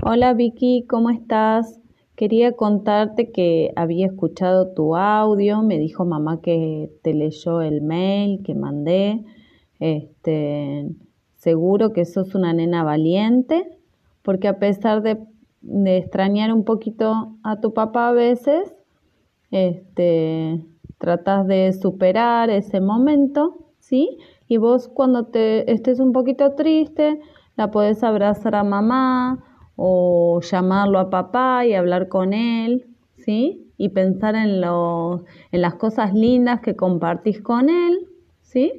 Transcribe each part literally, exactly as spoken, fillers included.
Hola Vicky, ¿cómo estás? Quería contarte que había escuchado tu audio, me dijo mamá que te leyó el mail que mandé. Este, seguro que sos una nena valiente, porque a pesar de, de extrañar un poquito a tu papá a veces, este, tratas de superar ese momento, ¿sí? Y vos cuando te estés un poquito triste, la podés abrazar a mamá o llamarlo a papá y hablar con él, ¿sí? Y pensar en lo, en las cosas lindas que compartís con él, ¿sí?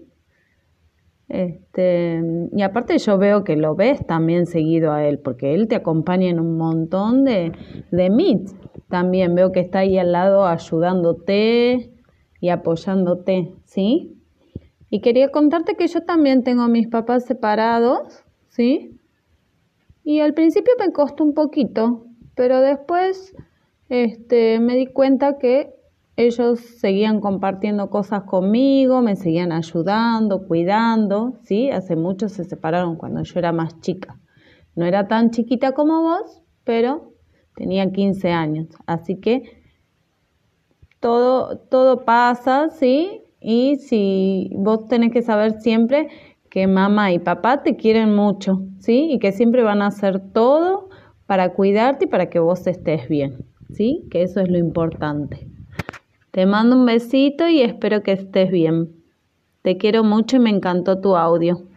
Este, y aparte yo veo que lo ves también seguido a él, porque él te acompaña en un montón de, de meets. También veo que está ahí al lado ayudándote y apoyándote, ¿sí? Y quería contarte que yo también tengo a mis papás separados, ¿sí? Y al principio me costó un poquito, pero después este, me di cuenta que ellos seguían compartiendo cosas conmigo, me seguían ayudando, cuidando, ¿sí? Hace mucho se separaron cuando yo era más chica. No era tan chiquita como vos, pero tenía quince años. Así que todo, todo pasa, ¿sí? Y si vos tenés que saber siempre que mamá y papá te quieren mucho, ¿sí? Y que siempre van a hacer todo para cuidarte y para que vos estés bien, ¿sí? Que eso es lo importante. Te mando un besito y espero que estés bien. Te quiero mucho y me encantó tu audio.